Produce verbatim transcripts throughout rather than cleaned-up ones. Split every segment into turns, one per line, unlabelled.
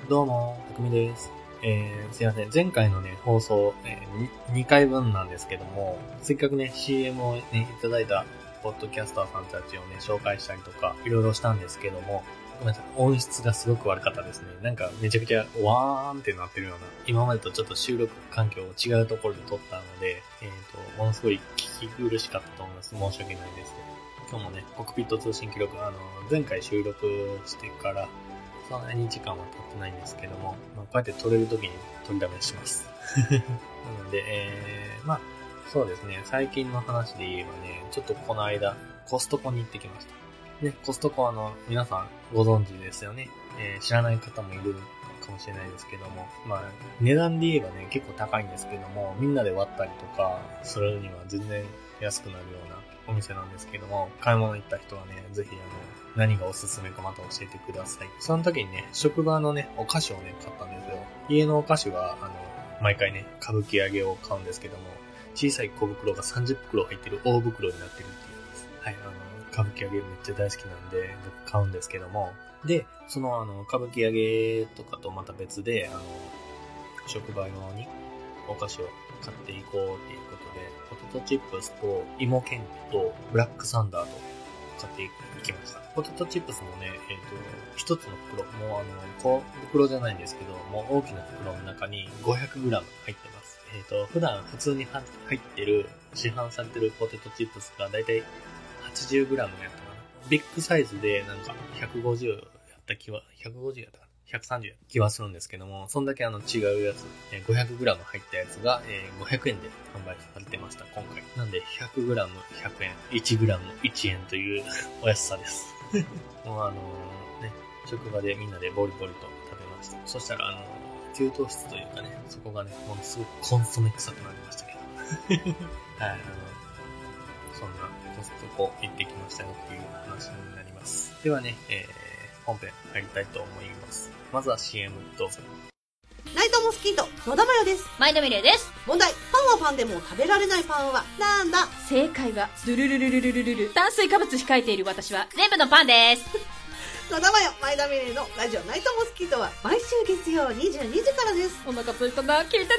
どうも、たくみです。えー、すいません。前回のね、放送、えー、にかいぶんなんですけども、せっかくね、シーエム をね、いただいた、ポッドキャスターさんたちをね、紹介したりとか、いろいろしたんですけども、ごめんなさい。音質がすごく悪かったですね。なんか、めちゃくちゃ、ワーンってなってるような、今までとちょっと収録環境を違うところで撮ったので、えっと、ものすごい聞き苦しかったと思います。申し訳ないです。今日もね、コックピット通信記録、あの、前回収録してから、そんなに時間は経ってないんですけども、まあ、こうやって撮れるときに撮りだめします。なので、えー、まあ、そうですね、最近の話で言えばね、ちょっとこの間、コストコに行ってきました。で、コストコはあの、皆さんご存知ですよね。えー、知らない方もいるかもしれないですけども、まあ、値段で言えばね、結構高いんですけども、みんなで割ったりとかするには全然安くなるようなお店なんですけども、買い物行った人はね、ぜひあの、何がおすすめかまた教えてください。その時にね、職場のね、お菓子をね、買ったんですよ。家のお菓子は、あの、毎回ね、歌舞伎揚げを買うんですけども、小さい小袋がさんじゅっ袋入ってる大袋になってるっていうんです。はい、あの、歌舞伎揚げめっちゃ大好きなんで、僕買うんですけども、で、そのあの、歌舞伎揚げとかとまた別で、あの、職場用にお菓子を買っていこうっていうことで、ポテトチップスと芋けんぴとブラックサンダーと買っていきました。ポテトチップスもね、えっと、一つの袋、もうあの、小袋じゃないんですけど、もう大きな袋の中に ごひゃくグラム 入ってます。えっと、普段普通に入ってる、市販されてるポテトチップスがだいたい はちじゅうグラム やったかな。ビッグサイズでなんかひゃくごじゅうやった気は、ひゃくごじゅうやったかな。ひゃくさんじゅう気はするんですけども、そんだけあの違うやつ、ごひゃくグラム 入ったやつが、えー、ごひゃくえんで販売されてました、今回。なんで ひゃくグラムひゃくえん、いちグラムいちえんというお安さです。もうあのー、ね、職場でみんなでボリボリと食べました。そしたらあのー、給湯室というかね、そこがね、ものすごくコンソメ臭くなりましたけど。はい、あの、そんなコストコ行ってきましたよっていう話になります。ではね、えー本編入りたいと思います。まずは シーエム どうぞ。
ナイトモスキート野田真代です。
前田美玲です。
問題、パンはパンでも食べられないパンはなんだ？
正解はドゥルルルルルルルル炭水化物控えている私は全部のパンです。
野田真代前田美玲のラジオナイトモスキートは毎週月曜にじゅうにじからです。
お腹ついたな、聞いてね。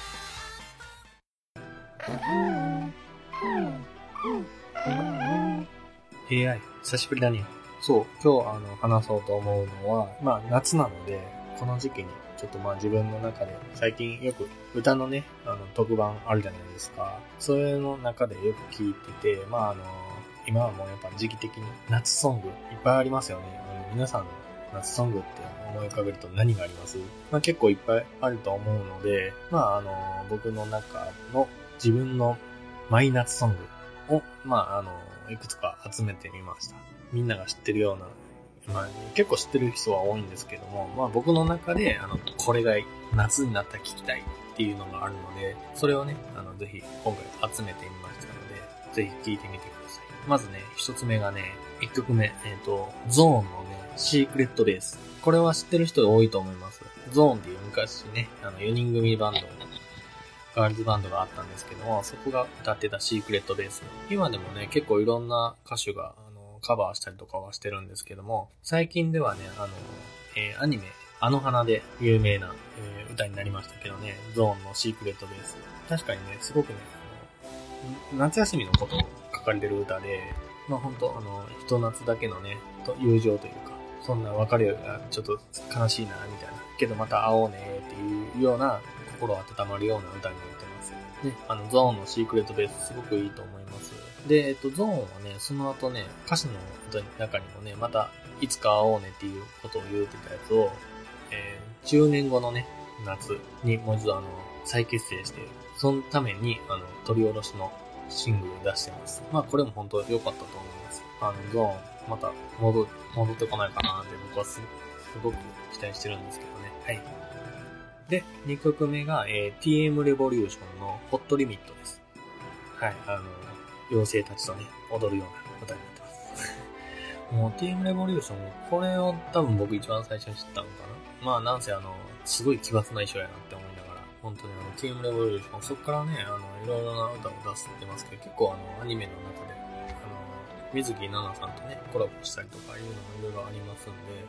エーアイ 久しぶりだね。そう、今日あの話そうと思うのは、まあ夏なので、この時期にちょっとまあ自分の中で、最近よく歌のね、あの特番あるじゃないですか。それの中でよく聞いてて、まああの、今はもうやっぱ時期的に夏ソングいっぱいありますよね。あの皆さんの夏ソングって思い浮かべると何があります？まあ結構いっぱいあると思うので、まああの、僕の中の自分のマイ夏ソングを、まああの、いくつか集めてみました。みんなが知ってるような、まあ、結構知ってる人は多いんですけども、まあ僕の中で、あの、これが夏になったら聞きたいっていうのがあるので、それをね、あの、ぜひ今回集めてみましたので、ぜひ聴いてみてください。まずね、一つ目がね、一曲目、えっと、ゾーンのね、シークレットレース。これは知ってる人多いと思います。ゾーンっていう昔ね、あの、よにん組バンド、ガールズバンドがあったんですけども、そこが歌ってたシークレットベース。今でもね、結構いろんな歌手が、あの、カバーしたりとかはしてるんですけども、最近ではね、あの、えー、アニメ、あの花で有名な、えー、歌になりましたけどね、ゾーンのシークレットベース。確かにね、すごくね、あの、夏休みのことを書かれてる歌で、まあ本当あの、ひと夏だけのね、と友情というか、そんな別れがちょっと悲しいな、みたいな。けどまた会おうね、っていうような、心温まるような歌になってます。で、あの、ゾーンのシークレットベースすごくいいと思います。で、えっと、ゾーンはね、その後ね、歌詞の歌の中にもね、また、いつか会おうねっていうことを言うてたやつを、えー、じゅうねんごのね、夏にもう一度あの、再結成して、そのために、あの、取り下ろしのシングルを出してます。まあ、これも本当良かったと思います。あの、ゾーン、また戻、戻ってこないかなって僕はす、すごく期待してるんですけどね。はい。で、にきょくめが、えー、ティーエム Revolution のホットリミットです。はい、あの、妖精たちとね、踊るような歌になってます。もう ティーエム Revolution、これを多分僕一番最初に知ったのかな。まあなんせあの、すごい奇抜な衣装やなって思いながら、本当にあの、ティーエム Revolution、そっからね、あの、いろいろな歌を出してますけど、結構あの、アニメの中で、あの、水木奈々さんとね、コラボしたりとかいうのもいろいろありますんで、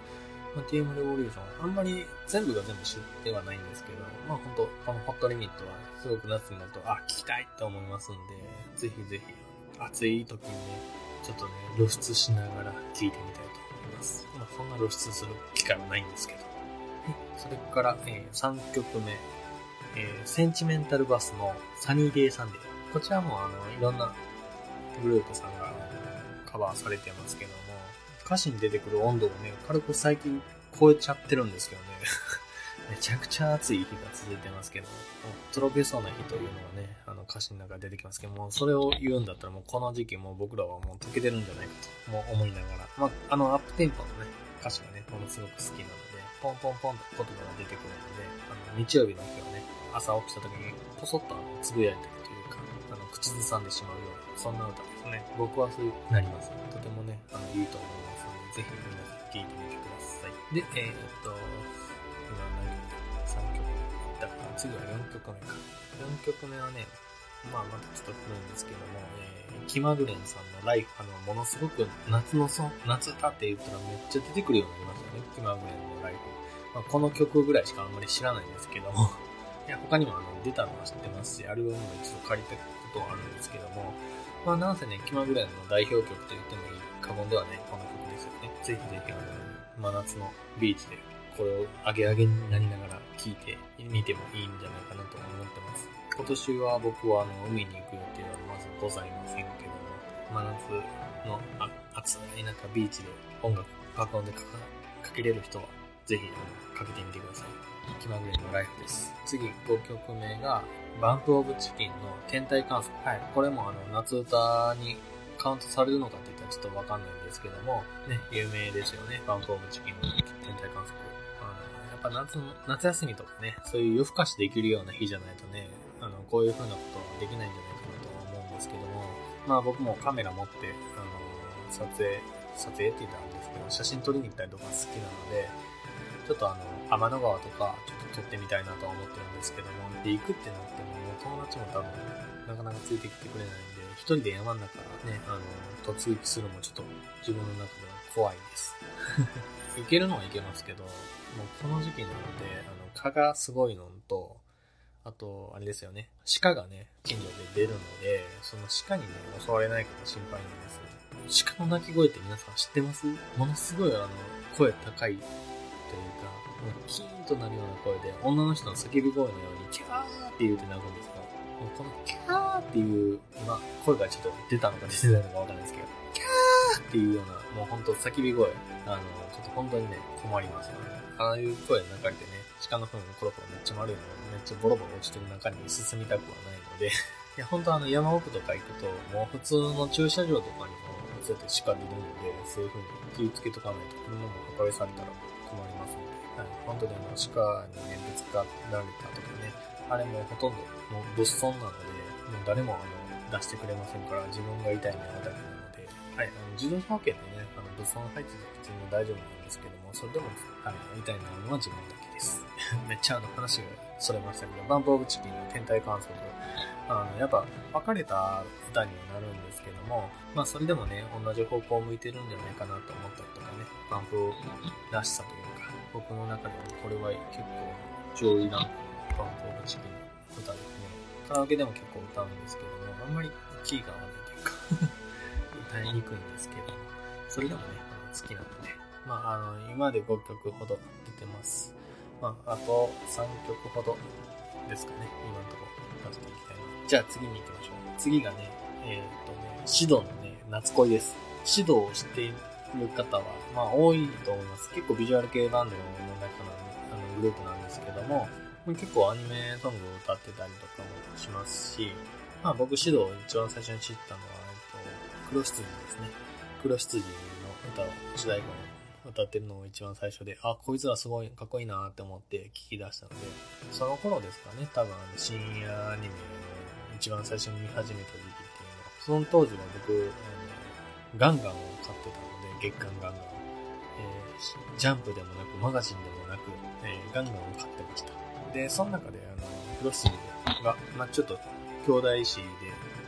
まあ、ティーエム レボリューション、あんまり全部が全部知ってはないんですけど、まあ本当このホットリミットはすごく夏になると、あ、聞きたいって思いますんで、ぜひぜひ暑い時にね、ちょっとね、露出しながら聞いてみたいと思います。まあそんな露出する機会はないんですけど。それから、えー、さんきょくめ、えー、センチメンタルバスのサニーデイサンデー。こちらもあの、いろんなグループさんがカバーされてますけども、歌詞に出てくる温度をね、軽く最近超えちゃってるんですけどね。めちゃくちゃ暑い日が続いてますけど、とろけそうな日というのがね、あの歌詞の中で出てきますけども、それを言うんだったらもうこの時期もう僕らはもう溶けてるんじゃないかとも思いながら、まあ、あのアップテンポのね、歌詞がね、ものすごく好きなので、ポンポンポンと言葉が出てくるので、あの日曜日の日はね、朝起きた時にポソッとあのつぶやいたりというか、あの口ずさんでしまうような、そんな歌ですね。僕はそうなります。とてもね、あのいいと思いますので、ぜひ皆さん聴いてみてください。で、えー、っと、今何曲だ ?さん 曲目いったから、次はよんきょくめか。よんきょくめはね、まあまたちょっと古いんですけども、えー、気まぐれんさんのライフ、あの、ものすごく夏のソン、夏歌って言ったらめっちゃ出てくるようになりましたね。気まぐれんのライフ。まあ、この曲ぐらいしかあんまり知らないんですけども、いや、他にもあの、出たのは知ってますし、アルバムも一度借りたことはあるんですけども、まあなんせね、気まぐれんの代表曲と言ってもいい過言ではないこの曲ですよね。ぜひぜひあの、真夏のビーチでこれをアゲアゲになりながら聴いてみてもいいんじゃないかなと思ってます。今年は僕はあの、海に行く予定はまずございませんけども、真夏の暑い中ビーチで音楽爆音でかけれる人はぜひあのかけてみてください。気まぐれのライフです。次ごきょくめがバンプオブチキンの天体観測。はい。これもあの夏歌にカウントされるのかって言ったらちょっとわかんないんですけども、ね、有名ですよね。バンプオブチキンの天体観測。あの、やっぱ夏の、夏休みとかね、そういう夜更かしできるような日じゃないとね、あの、こういう風なことはできないんじゃないかなとは思うんですけども、まあ僕もカメラ持って、あの、撮影、撮影って言ったらあるんですけど、写真撮りに行ったりとか好きなので、ちょっとあの、天の川とか、ちょっと撮ってみたいなとは思ってるんですけども、で、行くってなっても、もう友達も多分、なかなかついてきてくれないんで、一人で山の中ね、あの、突撃するのもちょっと自分の中では怖いです。行けるのは行けますけど、もうこの時期なので、あの、蚊がすごいのと、あと、あれですよね、鹿がね、近所で出るので、その鹿にね、襲われないかが心配なんです。鹿の鳴き声って皆さん知ってます？ものすごいあの、声高い、というか、もうキーンとなるような声で、女の人の叫び声のように、キャーって言うて鳴くんですよ。もうこのキャーっていう、今、声がちょっと出たのか出てないのかわかんないですけど、キャーっていうような、もうほんと叫び声、あの、ちょっと本当にね、困りますよね。ああいう声流れてね、鹿の糞がコロコロめっちゃ丸いのめっちゃボロボロ落ちてる中に進みたくはないので、いや、ほんとあの、山奥とか行くと、もう普通の駐車場とかにも、そうやって鹿出るので、そういう風に気をつけとかないと車も破壊されたら困りますので、はい、本当にあの鹿にね、ぶつかられたとかね、あれもほとんどもう物損なので、もう誰もあの出してくれませんから、自分が痛いのはだけなので、はい、あの自動車保険でね、あの物損入ってて普通に大丈夫なんですけども、それでも、はい、痛いのは自分だけです。めっちゃあの話がそれましたけど、バンプオブチキンの天体観測、あの、やっぱ分かれた歌にはなるんですけども、まあそれでもね、同じ方向を向いてるんじゃないかなと思ったりとかね、バンプらしさというか、僕の中でもこれは結構上位ランクのバンプオブチキンの歌ですね。カラオケでも結構歌うんですけども、あんまりキーが合わないというか、歌いにくいんですけども、それでもね、好きなので、まああの、今までごきょくほど出てます。まああとさんきょくほどですかね、今のところ出していきたいな。じゃあ次に行きましょう。次がね、えっとね、シドのね、夏恋です。シドを知っている方は、まあ多いと思います。結構ビジュアル系バンドの中の、あのグループなんですけども、結構アニメソングを歌ってたりとかもしますし、まあ僕シドを一番最初に知ったのは、えっと、黒羊ですね。黒羊の歌を主題歌を歌ってるのを一番最初で、あ、こいつはすごいかっこいいなって思って聞き出したので、その頃ですかね、多分あの深夜アニメを一番最初に見始めた時期っていうのは、その当時は僕、あのガンガンを買ってたので、月刊ガンガン、えー、ジャンプでもなくマガジンでもなく、えー、ガンガンを買ってました。で、その中であの黒羊が、まあ、ちょっと兄弟誌で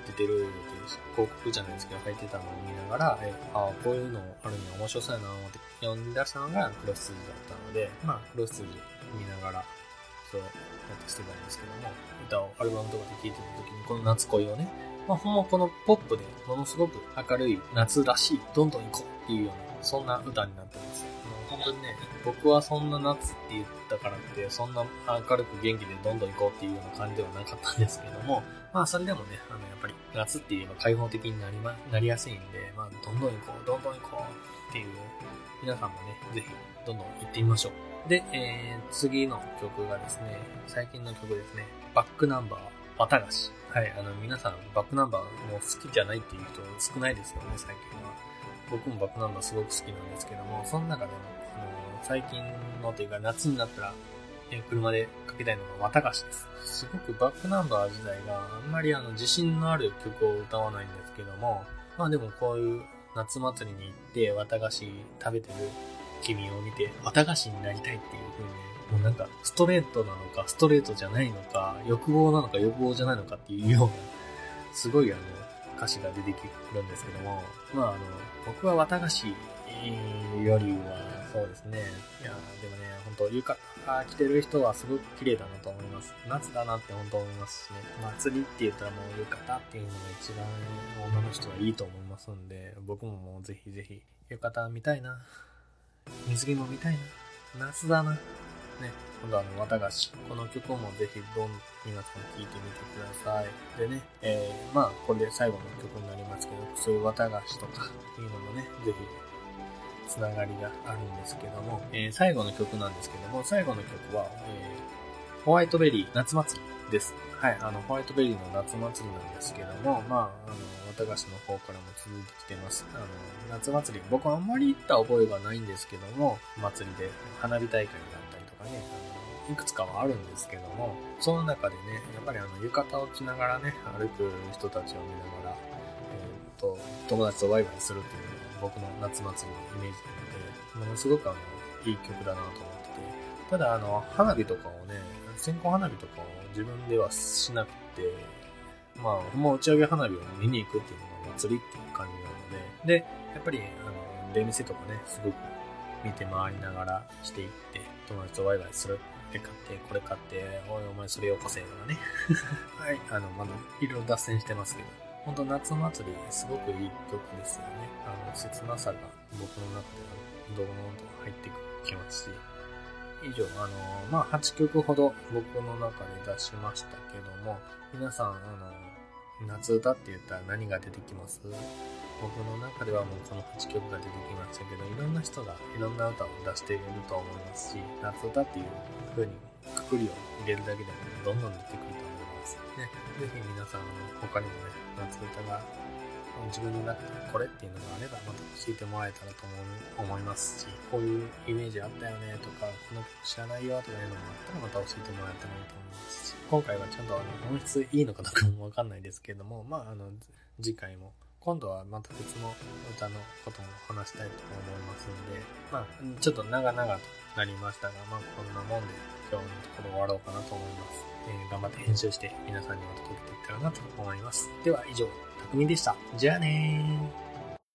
出てるっていう広告じゃないですけど入ってたのを見ながら、えあこういうのあるには面白そうやなと思って読ん出したのが黒羊だったので、まあ黒羊見ながらそうやってしてたんですけども、歌をアルバムとかで聴いてた時にこの夏恋をね、まあほんまこのポップでものすごく明るい夏らしい、どんどん行こうっていうようなそんな歌になってます。もう本当にね、僕はそんな夏って言ったからってそんな明るく元気でどんどん行こうっていうような感じではなかったんですけども、まあそれでもね、あのやっぱり夏って言えば開放的になりまなりやすいんで、まあどんどん行こうどんどん行こうっていう皆さんもね、ぜひどんどん行ってみましょう。で、えー、次の曲がですね、最近の曲ですね、バックナンバー綿菓子。はい、あの皆さんバックナンバーもう好きじゃないっていう人少ないですよね、最近は。僕もバックナンバーすごく好きなんですけども、その中でも、あの最近のというか夏になったら、え車でかけたいのが綿菓子です。すごくバックナンバー自体があんまりあの自信のある曲を歌わないんですけども、まあでもこういう夏祭りに行って綿菓子食べてる君を見て綿菓子になりたいっていう風に、もうなんかストレートなのかストレートじゃないのか欲望なのか欲望じゃないのかっていうようなすごいあの歌詞が出てくるんですけども、まああの僕は綿菓子よりはそうですね、いやでもね本当浴衣着てる人はすごく綺麗だなと思います。夏だなって本当思いますしね、祭りって言ったらもう浴衣っていうのが一番女の人はいいと思いますんで、僕ももうぜひぜひ浴衣見たいな、水着も見たいな、夏だなね。今度はあの綿菓子、この曲もぜひどん皆さん聴いてみてください。でね、えー、まあこれで最後の曲になりますけど、そういう綿菓子とかっていうのもね、ぜひつながりがあるんですけども、えー、最後の曲なんですけども、最後の曲は、えー、ホワイトベリー夏祭りです。はい、あのホワイトベリーの夏祭りなんですけども、まああの綿菓子の方からも続いてきてます。あの夏祭り、僕はあんまり行った覚えがないんですけども、祭りで花火大会があったりとかね、あのいくつかはあるんですけども、その中でね、やっぱりあの浴衣を着ながらね、歩く人たちを見ながら、えー、と友達とワイワイするっていうのが僕の夏祭りのイメージなので、ものすごくあのいい曲だなと思ってて、ただあの花火とかをね、線香花火とかを自分ではしなくて、まあほんま打ち上げ花火を見に行くっていうのが祭りっていう感じなので、でやっぱりあの出店とかね、すごく見て回りながらしていって、友達とワイワイする。で買ってこれ買っておいお前それよこせとかねはい、あのまだいろいろ脱線してますけど、本当夏祭りすごくいい曲ですよね。あの切なさが僕の中ではどんどん入ってきますし、以上あのまあはちきょくほど僕の中で出しましたけども、皆さんあの夏歌って言ったら何が出てきます？僕の中ではもうこのはちきょくが出てきましたけど、いろんな人がいろんな歌を出していると思いますし、夏歌っていう風にくくりを入れるだけでもどんどん出てくると思いますね。ぜひ皆さん他にもね、夏歌が自分の中でこれっていうのがあればまた教えてもらえたらと思いますし、こういうイメージあったよねとか、この曲知らないよとかいうのもあったらまた教えてもらえたらいいと思いますし、今回はちゃんとあの音質いいのかどうかもわかんないですけども、まああの次回も今度はまた別の歌のことも話したいと思いますので、まあちょっと長々となりましたが、まあこんなもんで今日のところ終わろうかなと思います。えー、頑張って編集して皆さんにお届けできたらなと思います。では以上、たくみでした。じゃあねー。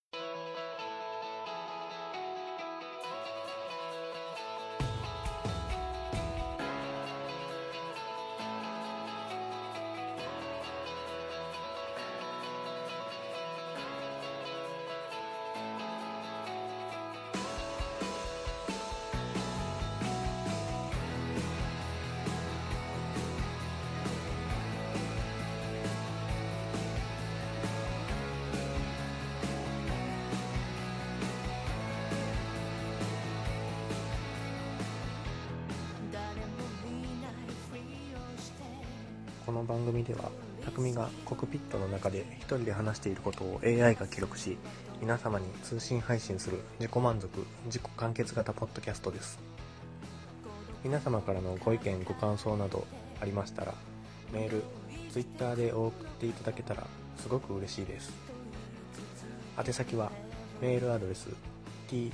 この番組では匠がコクピットの中で一人で話していることを エーアイ が記録し、皆様に通信配信する自己満足自己完結型ポッドキャストです。皆様からのご意見ご感想などありましたら、メール、ツイッターで送っていただけたらすごく嬉しいです。宛先はメールアドレス タクミ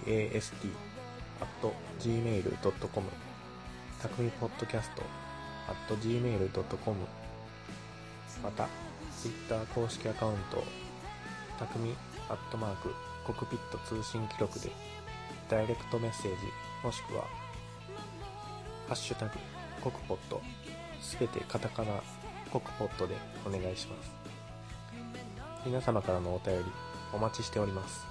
ポッドキャスト アット ジーメール ドット コム たくみポッドキャストアットジーメールドットコム、また Twitter 公式アカウントたくみアットマークコクピット通信記録でダイレクトメッセージもしくはハッシュタグコクポットすべてカタカナコクポットでお願いします。皆様からのお便りお待ちしております。